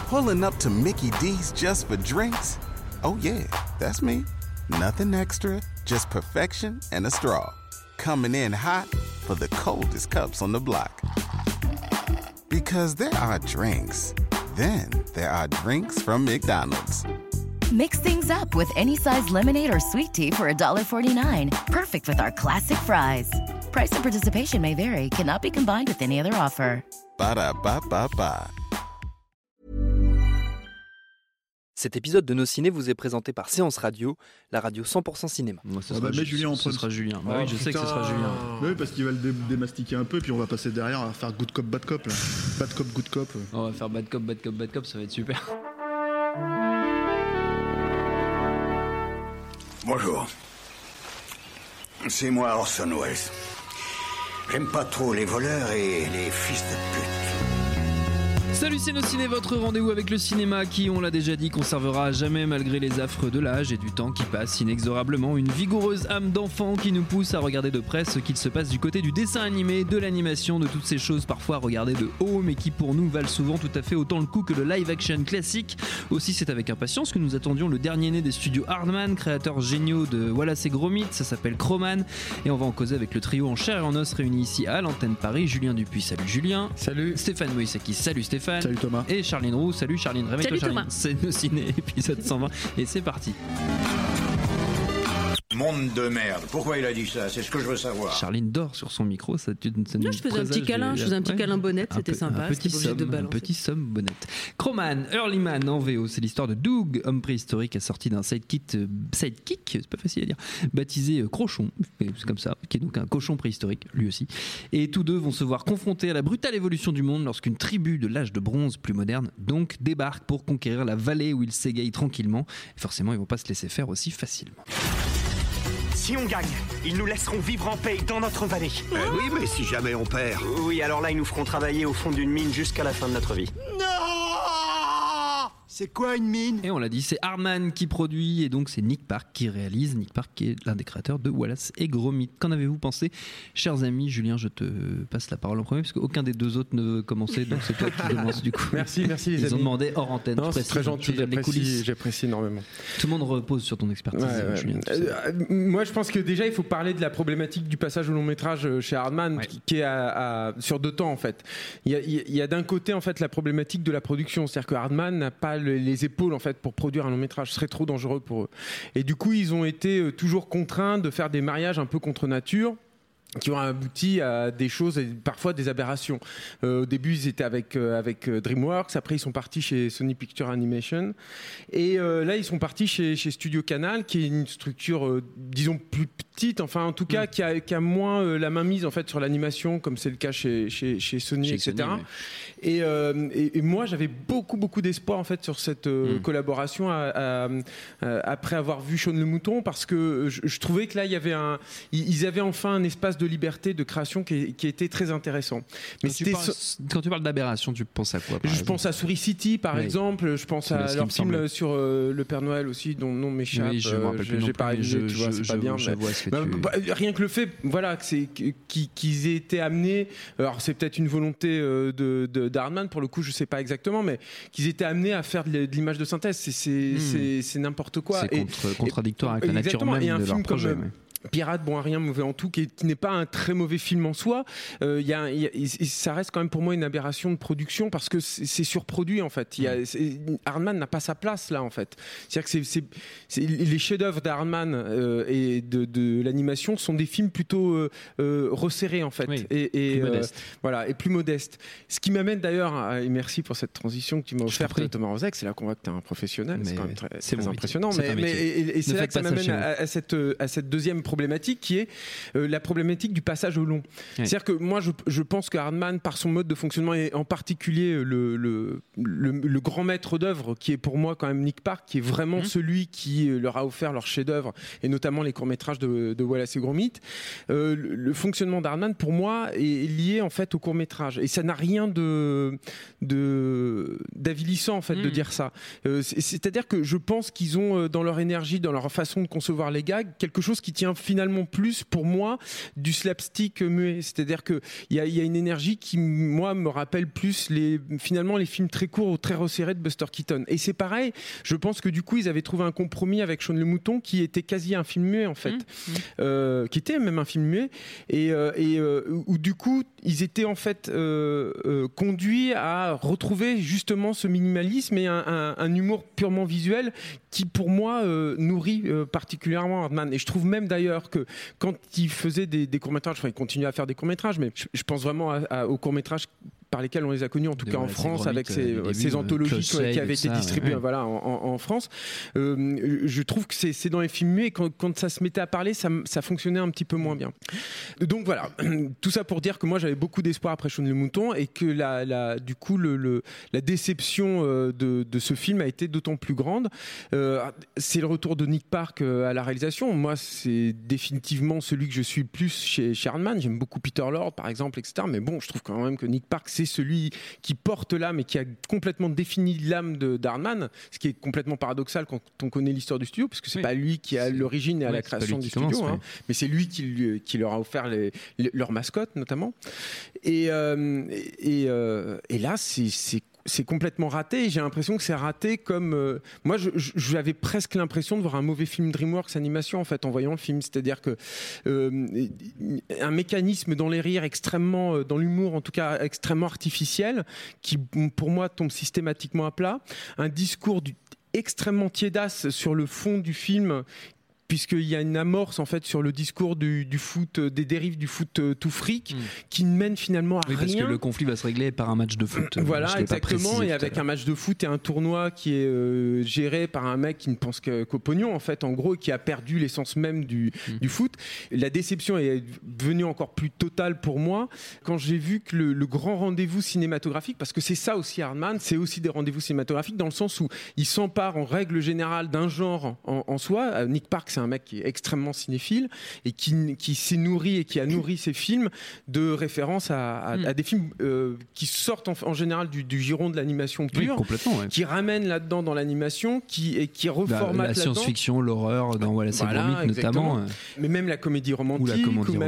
Pulling up to Mickey D's just for drinks? Oh yeah, that's me. Nothing extra, just perfection and a straw. Coming in hot for the coldest cups on the block. Because there are drinks. Then there are drinks from McDonald's. Mix things up with any size lemonade or sweet tea for $1.49. Perfect with our classic fries. Price and participation may vary. Cannot be combined with any other offer. Ba-da-ba-ba-ba. Cet épisode de Nos Ciné vous est présenté par Séance Radio, la radio 100% cinéma. Moi, mets Julien en Ce premier. sera Julien. Oh, Bah oui, je sais que ce sera Julien. Oui, parce qu'il va le démastiquer un peu, puis on va passer derrière à faire good cop, bad cop. Là. Bad cop, good cop. On va faire bad cop, bad cop, bad cop, ça va être super. Bonjour. C'est moi Orson Welles. J'aime pas trop les voleurs et les fils de pute. Salut, c'est Nos Ciné, votre rendez-vous avec le cinéma qui, on l'a déjà dit, conservera à jamais malgré les affres de l'âge et du temps qui passe inexorablement une vigoureuse âme d'enfant qui nous pousse à regarder de près ce qu'il se passe du côté du dessin animé, de l'animation, de toutes ces choses parfois regardées de haut mais qui pour nous valent souvent tout à fait autant le coup que le live-action classique. Aussi, c'est avec impatience que nous attendions le dernier né des studios Hardman, créateurs géniaux de Wallace et Gromit, ça s'appelle Croman, et on va en causer avec le trio en chair et en os réunis ici à l'antenne Paris. Julien Dupuis, salut Julien. Salut. Stéphane Moïsaki, salut Stéphane. Salut Thomas. Et Charline Roux, salut Charline. Réveille-toi Salut Charline. Thomas. C'est Nos Ciné, épisode 120, et c'est parti. Monde de merde. Pourquoi il a dit ça? C'est ce que je veux savoir. Charline dort sur son micro, ça Non, je faisais un petit câlin, câlin bonnette, c'était sympa, Un petit c'était pas obligé de somme, un balancer. petit somme bonnette. Croman, Early Man en VO, c'est l'histoire de Doug, homme préhistorique assorti d'un sidekick, c'est pas facile à dire, baptisé Crochon, c'est comme ça, qui est donc un cochon préhistorique, lui aussi. Et tous deux vont se voir confrontés à la brutale évolution du monde lorsqu'une tribu de l'âge de bronze plus moderne, donc, débarque pour conquérir la vallée où ils s'égayent tranquillement. Et forcément, ils vont pas se laisser faire aussi facilement. Si on gagne, ils nous laisseront vivre en paix dans notre vallée. Oui, mais si jamais on perd. Oui, alors là, ils nous feront travailler au fond d'une mine jusqu'à la fin de notre vie. Non! C'est quoi une mine? Et on l'a dit, c'est Hardman qui produit et donc c'est Nick Park qui réalise. Nick Park qui est l'un des créateurs de Wallace et Gromit. Qu'en avez-vous pensé, chers amis? Julien, je te passe la parole en premier parce qu'aucun des deux autres ne veut commencer, donc c'est toi qui commences du coup. Merci les amis. Ils ont demandé hors antenne. Non, c'est très gentil, j'apprécie énormément. Tout le monde repose sur ton expertise, Ouais. Julien. Moi, je pense que déjà, il faut parler de la problématique du passage au long métrage chez Hardman, qui est sur 2 temps en fait. Il y a d'un côté en fait la problématique de la production, c'est-à-dire que Hardman n'a pas les épaules en fait pour produire un long métrage, ce serait trop dangereux pour eux. Et du coup, ils ont été toujours contraints de faire des mariages un peu contre nature, qui ont abouti à des choses et parfois des aberrations. Au début, ils étaient avec DreamWorks, après ils sont partis chez Sony Pictures Animation, et là ils sont partis chez Studio Canal, qui est une structure, disons, plus petite, enfin en tout cas qui a moins la main mise en fait sur l'animation, comme c'est le cas chez Sony, etc. Sony, et moi j'avais beaucoup d'espoir en fait sur cette collaboration après avoir vu Shaun le Mouton, parce que je trouvais que là ils avaient enfin un espace de liberté de création qui était très intéressant. Mais Quand tu parles d'aberration, tu penses à quoi? Je pense à Souris City par exemple, je pense à leur film sur le Père Noël aussi, dont le nom m'échappe. Oui, je me rappelle plus non j'ai pas plus, révisé, tu vois, c'est pas bien. Je vois ce que rien que le fait, voilà, qu'ils aient été amenés, alors c'est peut-être une volonté d'Hardman pour le coup, je sais pas exactement, mais qu'ils étaient amenés à faire de l'image de synthèse, c'est n'importe quoi. C'est contradictoire avec la nature même et un de film leur projet. Pirate, bon, rien mauvais en tout, qui n'est pas un très mauvais film en soi. Ça reste quand même pour moi une aberration de production, parce que c'est surproduit en fait. Hardman n'a pas sa place là en fait. C'est-à-dire que les chefs-d'œuvre d'Hardman et de l'animation sont des films plutôt resserrés en fait, plus modestes. Voilà, et plus modestes. Ce qui m'amène d'ailleurs, et merci pour cette transition que tu m'as offerte, Thomas Rozek. C'est là qu'on voit que tu es un professionnel. C'est quand même très impressionnant. Et c'est là que ça m'amène à cette deuxième problématique, qui est la problématique du passage au long. C'est-à-dire que moi je pense que Hardman, par son mode de fonctionnement, et en particulier le grand maître d'œuvre qui est pour moi quand même Nick Park, qui est vraiment celui qui leur a offert leur chef-d'œuvre, et notamment les courts-métrages de Wallace et Gromit, le fonctionnement d'Hardman pour moi est lié en fait au court-métrage, et ça n'a rien d'avilissant en fait de dire ça. C'est-à-dire que je pense qu'ils ont dans leur énergie, dans leur façon de concevoir les gags, quelque chose qui tient finalement plus pour moi du slapstick muet. C'est-à-dire que il y a une énergie qui moi me rappelle plus finalement les films très courts ou très resserrés de Buster Keaton. Et c'est pareil, je pense que du coup ils avaient trouvé un compromis avec Shaun le Mouton qui était quasi un film muet en fait, qui était même un film muet et où du coup ils étaient en fait conduits à retrouver justement ce minimalisme et un humour purement visuel qui pour moi nourrit particulièrement Hardman. Et je trouve même d'ailleurs que quand il faisait des courts-métrages, enfin il continue à faire des courts-métrages, mais je pense vraiment aux courts-métrages par lesquels on les a connus, en tout cas en France, avec ces anthologies qui avaient été distribuées en France. Je trouve que c'est dans les films muets, quand ça se mettait à parler, ça fonctionnait un petit peu moins bien. Donc voilà, tout ça pour dire que moi j'avais beaucoup d'espoir après Shaun le Mouton et que du coup la déception de ce film a été d'autant plus grande. C'est le retour de Nick Park à la réalisation. Moi, c'est définitivement celui que je suis le plus chez Hardman. J'aime beaucoup Peter Lord, par exemple, etc. Mais bon, je trouve quand même que Nick Park, c'est celui qui porte l'âme et qui a complètement défini l'âme d'Hardman, ce qui est complètement paradoxal quand on connaît l'histoire du studio, puisque c'est pas lui qui est à l'origine et à la création du studio, mais c'est lui qui leur a offert leur mascotte notamment. Et là, c'est complètement raté. J'ai l'impression que c'est raté comme moi j'avais presque l'impression de voir un mauvais film DreamWorks animation en fait en voyant le film, c'est-à-dire que un mécanisme dans les rires extrêmement dans l'humour en tout cas extrêmement artificiel qui pour moi tombe systématiquement à plat, un discours extrêmement tiédasse sur le fond du film, puisqu'il y a une amorce en fait sur le discours du foot, des dérives du foot tout fric, qui ne mène finalement à rien. Parce que le conflit va se régler par un match de foot. Voilà, exactement, et avec un match de foot et un tournoi qui est géré par un mec qui ne pense qu'au pognon en fait, en gros, qui a perdu l'essence même du foot. La déception est devenue encore plus totale pour moi quand j'ai vu que le grand rendez-vous cinématographique, parce que c'est ça aussi Hardman, c'est aussi des rendez-vous cinématographiques dans le sens où il s'empare en règle générale d'un genre en soi. Nick Park, c'est un mec qui est extrêmement cinéphile et qui s'est nourri et qui a nourri ses films de références à des films qui sortent en général du giron de l'animation pure, qui ramènent là-dedans dans l'animation, qui reformatent la science-fiction, l'horreur, dans Wallace et Gromit notamment. Mais même la comédie romantique,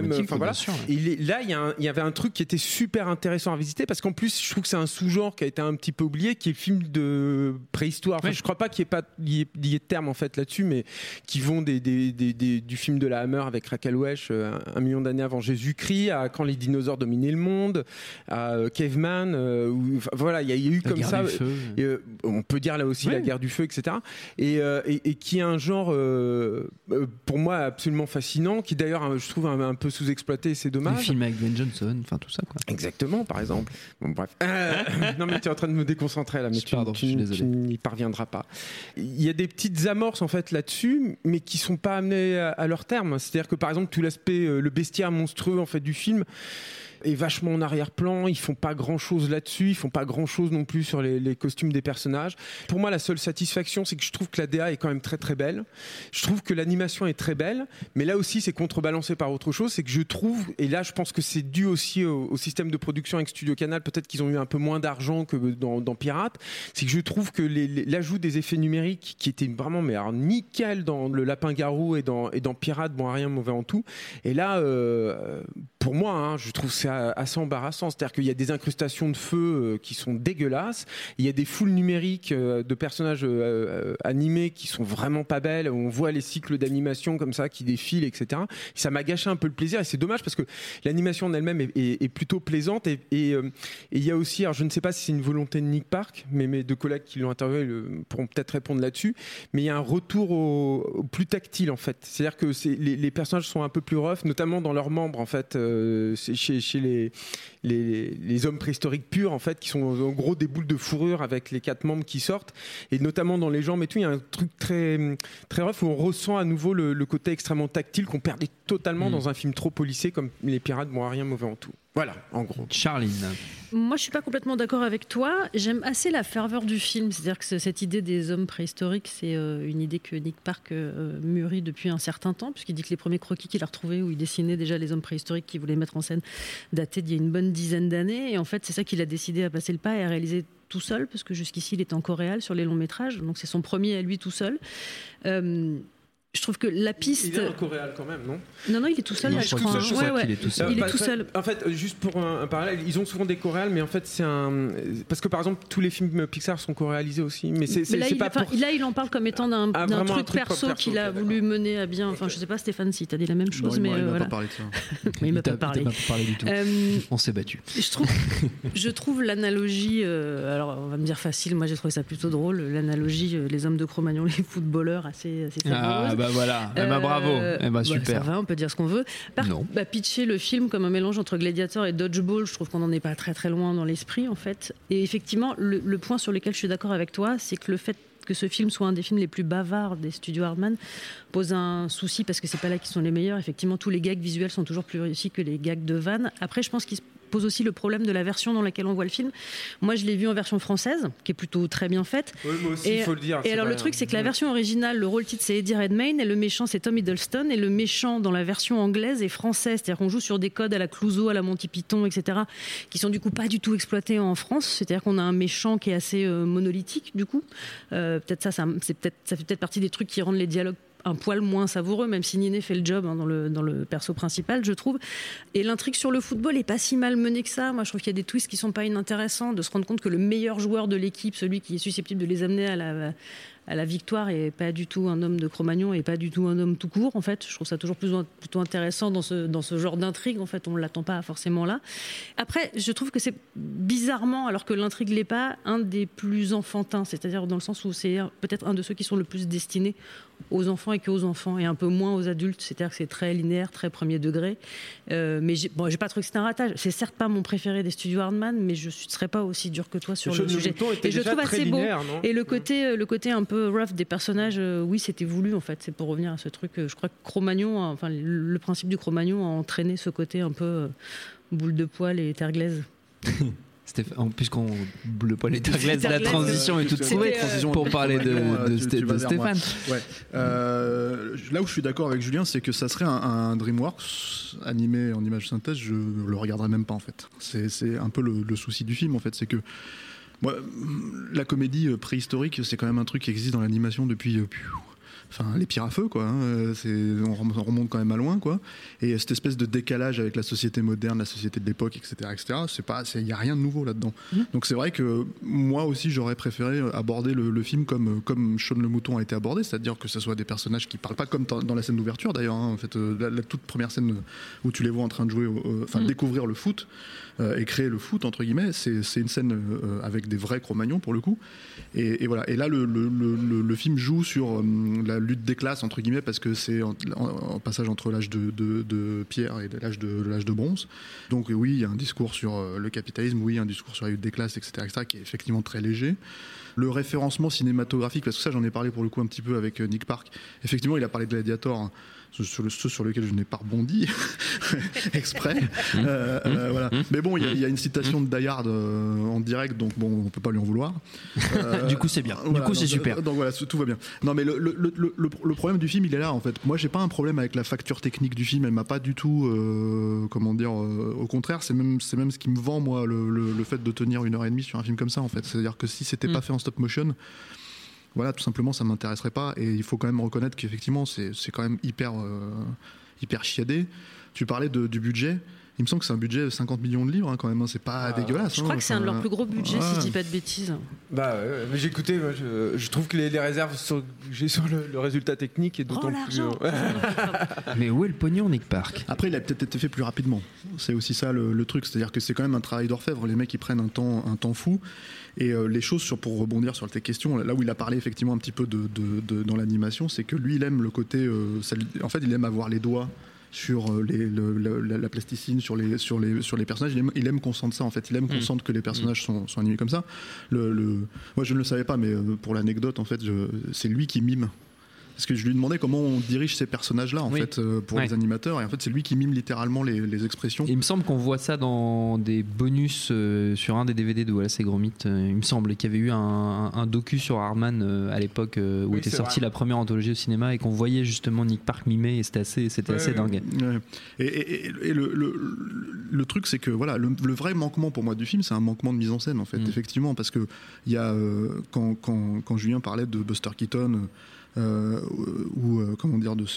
Et là, il y avait un truc qui était super intéressant à visiter parce qu'en plus, je trouve que c'est un sous-genre qui a été un petit peu oublié, qui est film de préhistoire. Enfin, je crois pas qu'il y ait de terme en fait là-dessus, mais qui vont du film de la Hammer avec Raquel Welch, 1 million d'années avant Jésus-Christ, à Quand les dinosaures dominaient le monde, à Caveman, voilà, il y a eu comme ça, on peut dire là aussi la guerre du feu, etc. Et qui est un genre pour moi absolument fascinant, qui d'ailleurs je trouve un peu sous-exploité, c'est dommage. Le film avec Dwayne Johnson, enfin tout ça quoi. Exactement, par exemple. Bon, bref. Non mais tu es en train de me déconcentrer là, mais tu n'y parviendras pas. Il y a des petites amorces en fait là-dessus, mais qui sont pas amenés à leur terme. C'est-à-dire que par exemple tout l'aspect, le bestiaire monstrueux en fait du film est vachement en arrière-plan, ils font pas grand-chose là-dessus, ils font pas grand-chose non plus sur les costumes des personnages. Pour moi, la seule satisfaction, c'est que je trouve que la DA est quand même très très belle. Je trouve que l'animation est très belle, mais là aussi c'est contrebalancé par autre chose, c'est que je trouve, et là je pense que c'est dû aussi au système de production avec Studio Canal, peut-être qu'ils ont eu un peu moins d'argent que dans Pirates, c'est que je trouve que l'ajout des effets numériques qui étaient vraiment mais alors nickel dans le Lapin-Garou et dans Pirates, bon rien mauvais en tout, et là pour moi je trouve ça assez embarrassant, c'est-à-dire qu'il y a des incrustations de feu qui sont dégueulasses, il y a des foules numériques de personnages animés qui sont vraiment pas belles, on voit les cycles d'animation comme ça qui défilent, etc. Ça m'a gâché un peu le plaisir et c'est dommage parce que l'animation en elle-même est plutôt plaisante et il y a aussi, alors je ne sais pas si c'est une volonté de Nick Park, mais mes deux collègues qui l'ont interviewé pourront peut-être répondre là-dessus, mais il y a un retour au plus tactile en fait, c'est-à-dire que les personnages sont un peu plus rough, notamment dans leurs membres en fait, chez les hommes préhistoriques purs en fait, qui sont en gros des boules de fourrure avec les 4 membres qui sortent, et notamment dans les jambes et tout, il y a un truc très très rough où on ressent à nouveau le côté extrêmement tactile qu'on perdait totalement dans un film trop policé comme Les Pirates, bon rien mauvais en tout. Voilà, en gros. Charline. Moi, je suis pas complètement d'accord avec toi. J'aime assez la ferveur du film. C'est-à-dire que cette idée des hommes préhistoriques, c'est une idée que Nick Park mûrit depuis un certain temps, puisqu'il dit que les premiers croquis qu'il a retrouvés, où il dessinait déjà les hommes préhistoriques qu'il voulait mettre en scène, dataient d'il y a une bonne dizaine d'années. Et en fait, c'est ça qu'il a décidé à passer le pas et à réaliser tout seul, parce que jusqu'ici, il était en coréal sur les longs métrages. Donc, c'est son premier à lui tout seul. Je trouve que la piste. Il est en coréal quand même, non ? Non, il est tout seul, Non, là, je crois. Il est tout seul. Il est tout seul. En fait, juste pour un parallèle, ils ont souvent des choréales, mais en fait, c'est un. Parce que par exemple, tous les films Pixar sont choréalisés aussi. Mais c'est pas pour... Là, il en parle comme étant d'un truc perso qu'il a voulu mener à bien. Enfin, je sais pas, Stéphane, si tu as dit la même chose, mais il m'a voilà. pas parlé de ça. Il m'a pas parlé. Il m'a pas parlé du tout. On s'est battu. Je trouve l'analogie. Alors, on va me dire facile. Moi, j'ai trouvé ça plutôt drôle. L'analogie, les hommes de Cro-Magnon, les footballeurs, assez savoureuse. Ah bah voilà. Bravo. Super. Ça va, on peut dire ce qu'on veut. Pitcher le film comme un mélange entre Gladiator et Dodgeball, je trouve qu'on n'en est pas très très loin dans l'esprit en fait. Et effectivement, le point sur lequel je suis d'accord avec toi, c'est que le fait que ce film soit un des films les plus bavards des studios Hardman pose un souci parce que c'est pas là qu'ils sont les meilleurs. Effectivement, tous les gags visuels sont toujours plus réussis que les gags de vannes. Après, je pense qu'il se pose aussi le problème de la version dans laquelle on voit le film. Moi, je l'ai vu en version française, qui est plutôt très bien faite. Oui, moi aussi, il faut le dire. Et alors, le truc, c'est que la version originale, le rôle titre, c'est Eddie Redmayne, et le méchant, c'est Tom Hiddleston, et le méchant dans la version anglaise est français. C'est-à-dire qu'on joue sur des codes à la Clouseau, à la Monty Python, etc., qui sont du coup pas du tout exploités en France. C'est-à-dire qu'on a un méchant qui est assez monolithique, du coup. Peut-être ça fait peut-être partie des trucs qui rendent les dialogues un poil moins savoureux, même si Niné fait le job dans le perso principal, je trouve. Et l'intrigue sur le football est pas si mal menée que ça. Moi, je trouve qu'il y a des twists qui sont pas inintéressants, de se rendre compte que le meilleur joueur de l'équipe, celui qui est susceptible de les amener à la victoire, est pas du tout un homme de Cro-Magnon et pas du tout un homme tout court. En fait, je trouve ça toujours plutôt intéressant dans ce genre d'intrigue. En fait, on l'attend pas forcément là. Après, je trouve que c'est bizarrement, alors que l'intrigue l'est pas, un des plus enfantins. C'est-à-dire dans le sens où c'est peut-être un de ceux qui sont le plus destinés aux enfants et qu'aux enfants, et un peu moins aux adultes. C'est-à-dire que c'est très linéaire, très premier degré. Mais j'ai pas trouvé que c'était un ratage. C'est certes pas mon préféré des studios Hardman, mais je ne serais pas aussi dur que toi sur le sujet. Et je le trouve assez beau. Et le côté un peu rough des personnages, oui, c'était voulu en fait. C'est pour revenir à ce truc. Je crois que Cro-Magnon, le principe du Cro-Magnon a entraîné ce côté un peu boule de poil et terre glaise. Puisqu'on le poil et terre glaise, la transition est toute trouvée pour parler de Stéphane. Ouais. Là où je suis d'accord avec Julien, c'est que ça serait un DreamWorks animé en image synthèse, je le regarderais même pas en fait. C'est un peu le souci du film en fait, c'est que moi, la comédie préhistorique, c'est quand même un truc qui existe dans l'animation depuis les pires à feu, quoi. On remonte quand même à loin, quoi. Et cette espèce de décalage avec la société moderne, la société de l'époque, etc., il y a rien de nouveau là-dedans. Donc c'est vrai que moi aussi j'aurais préféré aborder le film comme Shaun le Mouton a été abordé, c'est-à-dire que ce soit des personnages qui parlent pas comme dans la scène d'ouverture d'ailleurs. En fait, la toute première scène où tu les vois en train de jouer, découvrir le foot et créer le foot entre guillemets, c'est une scène avec des vrais Cro-Magnons pour le coup. Et voilà. Et là le film joue sur la lutte des classes entre guillemets, parce que c'est en passage entre l'âge de pierre et l'âge de bronze. Donc oui, il y a un discours sur le capitalisme, oui, un discours sur la lutte des classes, etc., qui est effectivement très léger. Le référencement cinématographique, parce que ça j'en ai parlé pour le coup un petit peu avec Nick Park. Effectivement, il a parlé de Gladiator, hein, ceux sur lesquels je n'ai pas rebondi exprès. Voilà. Mais bon, il y a une citation de Die Hard en direct, donc bon, on peut pas lui en vouloir. Du coup, c'est bien. Du coup, c'est super. Donc voilà, tout va bien. Non, mais le problème du film, il est là en fait. Moi, j'ai pas un problème avec la facture technique du film. Elle m'a pas du tout, au contraire, c'est même ce qui me vend moi le fait de tenir 1h30 sur un film comme ça en fait. C'est-à-dire que si c'était pas fait en stop motion, voilà, tout simplement, ça m'intéresserait pas. Et il faut quand même reconnaître qu'effectivement, c'est quand même hyper chiadé. Tu parlais du budget. Il me semble que c'est un budget de 50 millions de livres, hein, quand même. C'est pas dégueulasse. Je crois que c'est un de leurs plus gros budgets, si je dis pas de bêtises. Mais j'ai écouté, moi, je trouve que les réserves que j'ai sur le résultat technique est d'autant plus. Mais où est le pognon, Nick Park ? Après, il a peut-être été fait plus rapidement. C'est aussi ça le truc. C'est-à-dire que c'est quand même un travail d'orfèvre. Les mecs, ils prennent un temps fou. Et les choses, pour rebondir sur tes questions, là où il a parlé effectivement un petit peu dans l'animation, c'est que lui, il aime le côté. En fait, il aime avoir les doigts sur la plasticine, sur les personnages. Il aime qu'on sente ça en fait. Il aime qu'on sente que les personnages sont animés comme ça. Moi je ne le savais pas, mais pour l'anecdote en fait, c'est lui qui mime. parce que je lui demandais comment on dirige ces personnages-là en fait pour les animateurs, et en fait c'est lui qui mime littéralement les expressions. Et il me semble qu'on voit ça dans des bonus sur un des DVD de Wallace et Gromit. Il me semble qu'il y avait eu un docu sur Hardman à l'époque où était sortie la première anthologie au cinéma et qu'on voyait justement Nick Park mimer, et c'était assez dingue. Ouais. Et le truc, c'est que voilà, le vrai manquement pour moi du film, c'est un manquement de mise en scène en fait, effectivement, parce que il y a quand Julien parlait de Buster Keaton. Ou comment dire du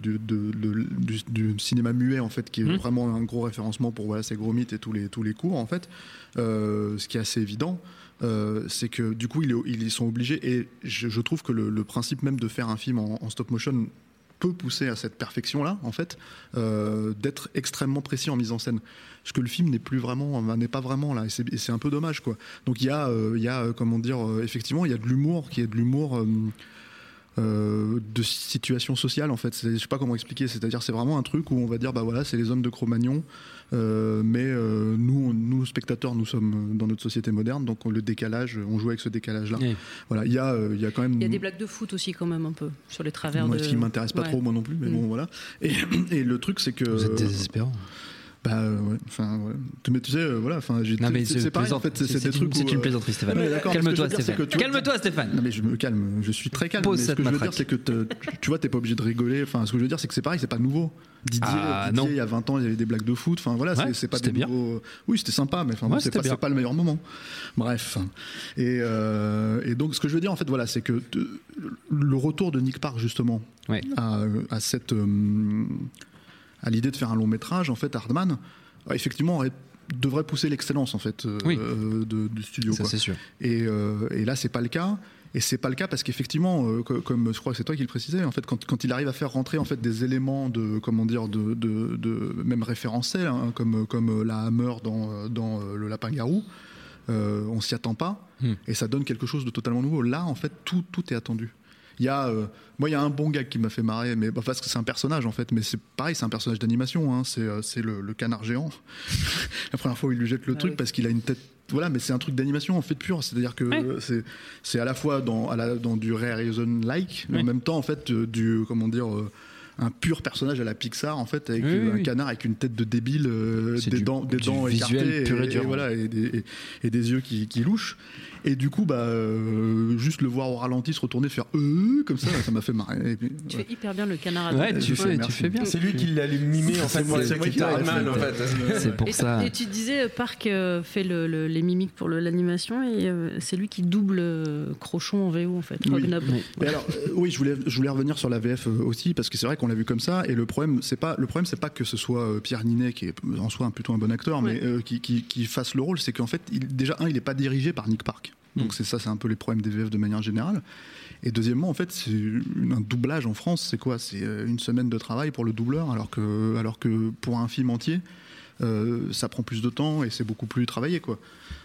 cinéma muet en fait, qui est vraiment un gros référencement pour Wallace et Gromit et tous les cours en fait, ce qui est assez évident, c'est que du coup ils sont obligés, et je trouve que le principe même de faire un film en stop motion peut pousser à cette perfection là en fait, d'être extrêmement précis en mise en scène, parce que le film n'est pas vraiment là, et c'est un peu dommage quoi. Donc il y a comment dire, effectivement il y a de l'humour qui est de l'humour de situation sociale en fait. Je sais pas comment expliquer, c'est-à-dire c'est vraiment un truc où on va dire bah voilà, c'est les hommes de Cro-Magnon, mais nous spectateurs, nous sommes dans notre société moderne, donc le décalage, on joue avec ce décalage là. Voilà, il y a quand même, il y a des blagues de foot aussi quand même un peu sur les travers ce qui m'intéresse pas trop moi non plus, mais bon voilà. Et le truc c'est que vous êtes désespérant. Bah ouais, enfin ouais. Mais tu sais, voilà, enfin, c'est pareil en fait, c'est des trucs. C'est une plaisanterie, Stéphane. Calme-toi, Stéphane. Calme-toi, Stéphane. Non mais je me calme, je suis très calme. Mais ce que je veux dire, c'est que tu vois, t'es pas obligé de rigoler. Enfin, ce que je veux dire, c'est que c'est pareil, c'est pas nouveau. Didier, il y a 20 ans, il y avait des blagues de foot. Enfin voilà, c'est pas des nouveaux. Oui, c'était sympa, mais enfin, c'est pas le meilleur moment. Bref. Et donc, ce que je veux dire, en fait, voilà, c'est que le retour de Nick Park justement à cette à l'idée de faire un long métrage, en fait, Hardman, effectivement, devrait pousser l'excellence en fait du studio. Ça, c'est sûr. Et là, c'est pas le cas. Et c'est pas le cas parce qu'effectivement, comme je crois que c'est toi qui le précisais, en fait, quand il arrive à faire rentrer en fait des éléments de comment dire de même référentiels, hein, comme la hammer dans le Lapin-Garou, on s'y attend pas, et ça donne quelque chose de totalement nouveau. Là, en fait, tout est attendu. Il y a un bon gag qui m'a fait marrer, mais parce que c'est un personnage en fait, mais c'est pareil, c'est un personnage d'animation, hein, c'est le canard géant. La première fois où il lui jette le truc parce qu'il a une tête, voilà, mais c'est un truc d'animation en fait pur, c'est-à-dire que c'est à la fois dans du Ray Harryhausen-like, mais en même temps en fait comment dire, un pur personnage à la Pixar en fait, avec un canard avec une tête de débile, des dents écartées, et voilà, et des yeux qui louchent. Et du coup, juste le voir au ralenti se retourner, faire comme ça m'a fait marrer. Et puis, tu fais hyper bien le canard. Tu fais bien. C'est lui qui l'a mimé en fait. C'est moi qui l'a mal en fait. C'est pour ça. Et tu disais, Park fait les mimiques pour l'animation, et c'est lui qui double Crochon en VO en fait. Oui. Mais alors, oui, je voulais revenir sur la VF aussi, parce que c'est vrai qu'on l'a vu comme ça. Et le problème, c'est pas que ce soit Pierre Ninet, qui est en soi plutôt un bon acteur, mais qui fasse le rôle. C'est qu'en fait, il est pas dirigé par Nick Park. Donc c'est un peu les problèmes des VF de manière générale. Et deuxièmement, en fait, c'est un doublage en France, c'est quoi ? C'est une semaine de travail pour le doubleur, alors que pour un film entier, ça prend plus de temps et c'est beaucoup plus travaillé, quoi.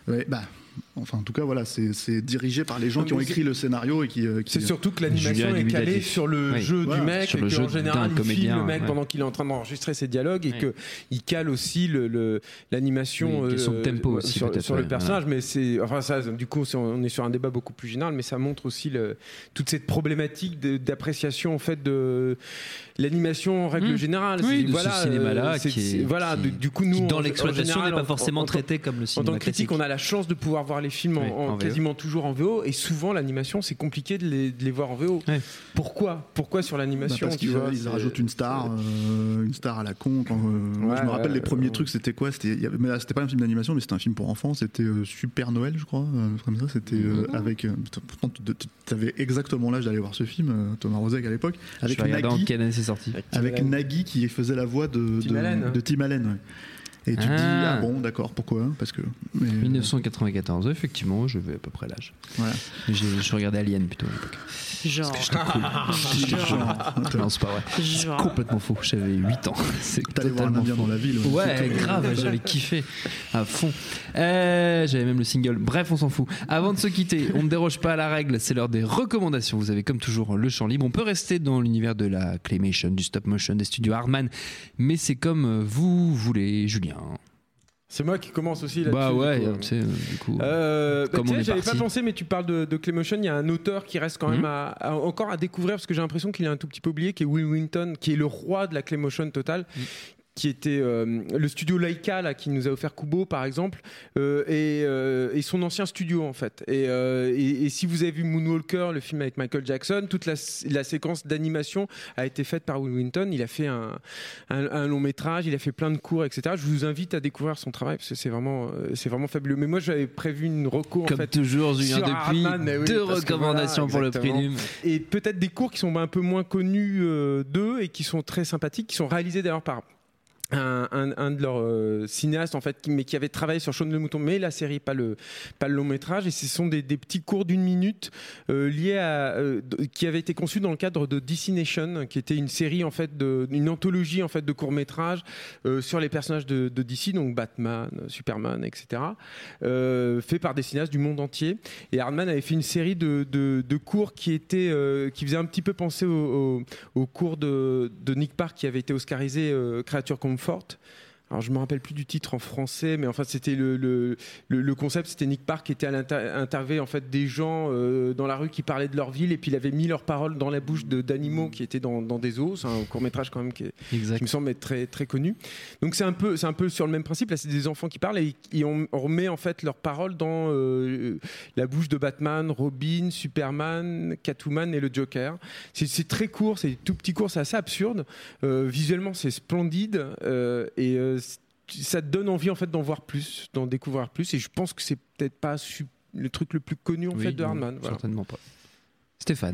Enfin, en tout cas, voilà, c'est dirigé par les gens qui ont écrit le scénario et qui c'est surtout que l'animation est calée sur le jeu du mec, et qu'en général, il filme le mec pendant qu'il est en train d'enregistrer ses dialogues, et qu'il cale aussi l'animation tempo aussi, sur le personnage. Mais ça, du coup, on est sur un débat beaucoup plus général, mais ça montre aussi toute cette problématique d'appréciation en fait de l'animation en règle générale. Ce cinéma-là, du coup, nous, dans l'exploitation n'est pas forcément traité comme le cinéma en tant que critique, on a la chance de pouvoir voir les films quasiment toujours en VO, et souvent l'animation c'est compliqué de les voir en VO. Pourquoi sur l'animation parce qu'ils rajoutent une star à la con. Moi je me rappelle les premiers trucs, c'était quoi, c'était pas un film d'animation, mais c'était un film pour enfants, c'était Super Noël, je crois, comme ça, c'était avec pourtant tu avais exactement l'âge d'aller voir ce film, Thomas Rozek à l'époque, avec Nagui, quelle année c'est sorti, avec Nagui qui faisait la voix de Tim Allen. Et tu te dis, bon, d'accord, pourquoi ? Parce que. 1994, effectivement, je vais à peu près l'âge. Voilà. Je regardais Alien plutôt à l'époque. Genre. Parce que j'étais cool. Non, c'est pas vrai. C'est complètement faux. J'avais 8 ans. T'allais voir un indien dans la ville. Ouais, grave, j'avais kiffé à fond. J'avais même le single. Bref, on s'en fout. Avant de se quitter, on ne déroge pas à la règle, c'est l'heure des recommandations. Vous avez comme toujours le champ libre. On peut rester dans l'univers de la claymation, du stop motion, des studios Hardman, mais c'est comme vous voulez, Julien. C'est moi qui commence aussi là-dessus. Bah ouais, tu sais, du coup. J'avais pas pensé, mais tu parles de Claymotion. Il y a un auteur qui reste quand même encore à découvrir, parce que j'ai l'impression qu'il est un tout petit peu oublié, qui est Will Wheaton, qui est le roi de la Claymotion totale. Qui était le studio Laika là, qui nous a offert Kubo par exemple, et son ancien studio en fait. Et si vous avez vu Moonwalker, le film avec Michael Jackson, toute la séquence d'animation a été faite par Will Wheaton. Il a fait un long métrage, il a fait plein de cours, etc. Je vous invite à découvrir son travail parce que c'est vraiment fabuleux. Mais moi j'avais prévu une reco en comme fait, toujours Julien sur depuis Hardman, deux recommandations pour le prix Lume. Et peut-être des cours qui sont un peu moins connus d'eux et qui sont très sympathiques, qui sont réalisés d'ailleurs par un de leurs cinéastes en fait, mais qui avait travaillé sur Shaun le Mouton, mais la série, pas le long métrage. Et ce sont des petits cours d'1 minute liés qui avaient été conçus dans le cadre de DC Nation, qui était une série en fait, une anthologie en fait de courts métrages sur les personnages de DC, donc Batman, Superman, etc. Fait par des cinéastes du monde entier. Et Hardman avait fait une série de cours qui faisait un petit peu penser au cours de Nick Park qui avait été oscarisé, Créature Comfort. Alors je me rappelle plus du titre en français, mais enfin c'était le concept, c'était Nick Park qui était à l'interview en fait des gens dans la rue qui parlaient de leur ville, et puis il avait mis leurs paroles dans la bouche d'animaux qui étaient dans des zoos. C'est un court métrage quand même qui me semble être très très connu. Donc c'est un peu sur le même principe. Là c'est des enfants qui parlent et on remet en fait leurs paroles dans la bouche de Batman, Robin, Superman, Catwoman et le Joker. C'est très court, c'est tout petit court, c'est assez absurde. Visuellement c'est splendide et ça te donne envie en fait d'en voir plus, d'en découvrir plus, et je pense que c'est peut-être pas le truc le plus connu en fait de Hardman. Voilà. Certainement pas. Stéphane.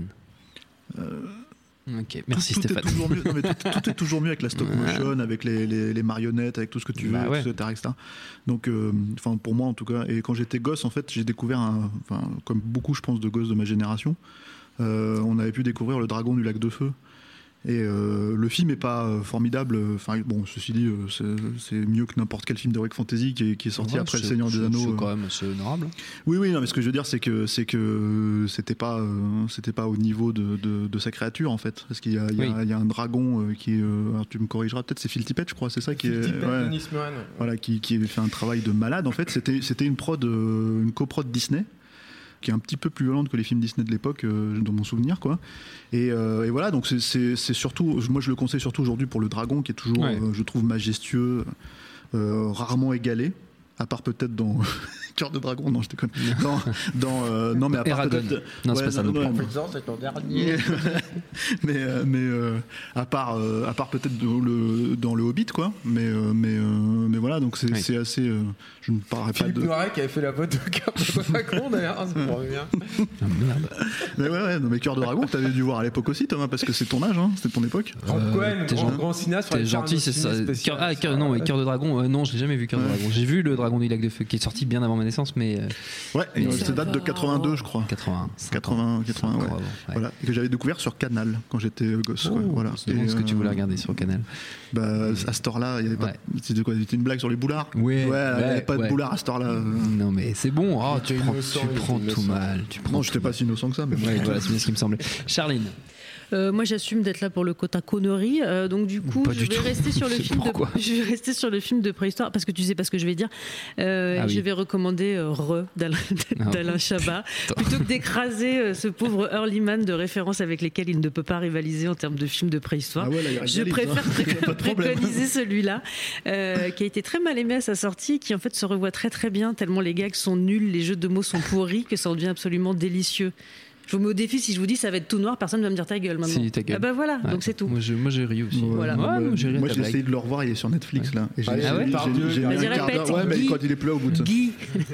Ok, merci tout Stéphane. Est toujours mieux, tout est toujours mieux avec la stop motion, avec les marionnettes, avec tout ce que tu veux, etc. Donc, pour moi en tout cas, et quand j'étais gosse, en fait, j'ai découvert, comme beaucoup, je pense, de gosses de ma génération, on avait pu découvrir le Dragon du Lac de Feu. Et le film est pas formidable. Ceci dit, c'est mieux que n'importe quel film d'heroic fantasy qui est sorti après Le Seigneur des Anneaux. C'est quand même assez honorable. Oui, non, mais ce que je veux dire, c'est que c'était pas au niveau de sa créature en fait, parce qu'il y a un dragon qui est. Alors tu me corrigeras, peut-être c'est Phil Tippett, je crois, c'est ça qui est. Denis Moran. Voilà, qui fait un travail de malade. En fait, c'était une coprod Disney, qui est un petit peu plus violente que les films Disney de l'époque, dans mon souvenir, quoi. Et voilà, donc c'est surtout, moi je le conseille surtout aujourd'hui pour le dragon, qui est toujours, je trouve, majestueux, rarement égalé, à part peut-être dans Cœur de Dragon, non je déconne, non mais à part peut-être, non c'est pas ça non plus. C'est ton dernier. mais à part peut-être dans le Hobbit, quoi, mais voilà, donc c'est assez, je ne parlerai pas de Philippe Noiret qui avait fait la voix de Cœur de Dragon d'ailleurs, ça me revient. Mais non, mais Cœur de Dragon t'avais dû voir à l'époque aussi, Thomas, parce que c'est ton âge, c'était ton époque. Grand cinéaste. T'es gentil, c'est ça. Non, mais Cœur de Dragon, non, je l'ai jamais vu. Cœur de Dragon, j'ai vu le Dragon du Lac de Feu qui est sorti bien avant ma naissance, mais ça date de 82, je crois. 80, ouais. Voilà, et que j'avais découvert sur Canal quand j'étais gosse. Voilà. C'est bon, ce que tu voulais regarder sur Canal. À cette heure-là, il y avait pas. C'était quoi? C'était une blague sur les boulards. Ouais. Il n'y avait pas de boulards à cette heure-là. Non, mais c'est bon. Tu prends tout mal. Non, je n'étais pas si innocent que ça. Mais voilà, c'est bien ce qui me semblait. Charline. Moi, j'assume d'être là pour le quota connerie. Donc, du coup, je vais rester sur le film de préhistoire, parce que tu sais pas ce que je vais dire. Je vais recommander d'Alain Chabat, plutôt que d'écraser ce pauvre Earlyman de références avec lesquels il ne peut pas rivaliser en termes de films de préhistoire. Je préfère préconiser celui-là, qui a été très mal aimé à sa sortie, qui en fait se revoit très très bien, tellement les gags sont nuls, les jeux de mots sont pourris, que ça en devient absolument délicieux. Je vous mets au défi, si je vous dis ça va être tout noir, personne ne va me dire ta gueule maintenant. Si, ta gueule. Ah bah voilà, donc c'est tout. Moi j'ai ri aussi. Voilà. Moi j'ai essayé de le revoir, il est sur Netflix là. Et j'ai mis un quart d'heure. Ouais, mais quand il est plus là au bout de ça. Guy.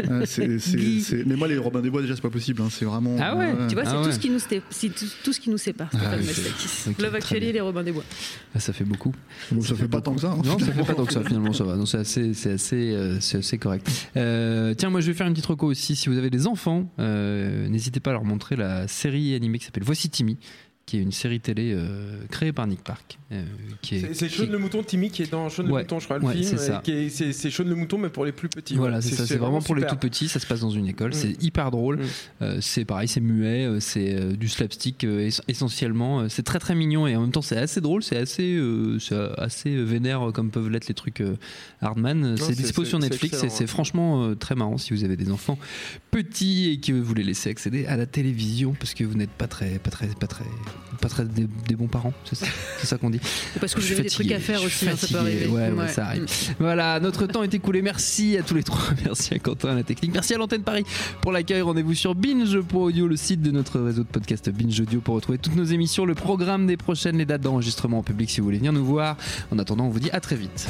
Mais moi les Robin des Bois déjà c'est pas possible, c'est vraiment. Ah ouais. Tu vois, c'est tout ce qui nous sépare. Love Actually et les Robin des Bois. Ça fait beaucoup. Bon, ça fait pas tant que ça. Non, ça fait pas tant que ça finalement, ça va. C'est assez correct. Tiens, moi je vais faire une petite reco aussi. Si vous avez des enfants, n'hésitez pas à leur montrer la série animée qui s'appelle Voici Timmy, qui est une série télé créée par Nick Park. C'est Shaun le Mouton, Timmy, qui est dans Shaun le Mouton, je crois, le film. C'est Shaun le Mouton, mais pour les plus petits. Voilà, c'est ça. C'est vraiment pour les tout petits. Ça se passe dans une école. C'est hyper drôle. C'est pareil, c'est muet. C'est du slapstick essentiellement. C'est très très mignon et en même temps c'est assez drôle. C'est assez vénère comme peuvent l'être les trucs Hardman. C'est dispo sur Netflix. C'est franchement très marrant si vous avez des enfants petits et que vous les laissez accéder à la télévision parce que vous n'êtes pas très des bons parents. C'est ça qu'on dit. Parce que vous avez des trucs à faire aussi, ça peut arriver. Ouais, ça arrive. Voilà, notre temps est écoulé. Merci à tous les trois. Merci à Quentin à la technique. Merci à l'antenne Paris pour l'accueil. Rendez-vous sur binge.audio, le site de notre réseau de podcast Binge Audio, pour retrouver toutes nos émissions, le programme des prochaines, les dates d'enregistrement en public si vous voulez venir nous voir. En attendant, on vous dit à très vite.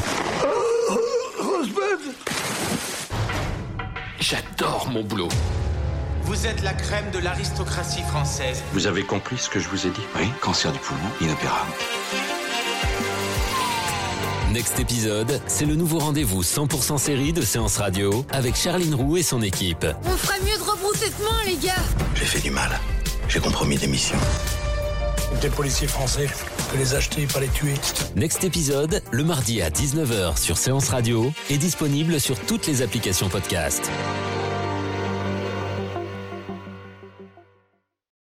J'adore mon boulot. Vous êtes la crème de l'aristocratie française. Vous avez compris ce que je vous ai dit? Oui, cancer du poumon, inopérable. Next épisode, c'est le nouveau rendez-vous 100% série de Séance Radio avec Charline Roux et son équipe. On ferait mieux de rebrousser chemin, les gars. J'ai fait du mal. J'ai compromis des missions. Des policiers français, que les acheter, pas les tuer. Next épisode, le mardi à 19h sur Séance Radio, est disponible sur toutes les applications podcast.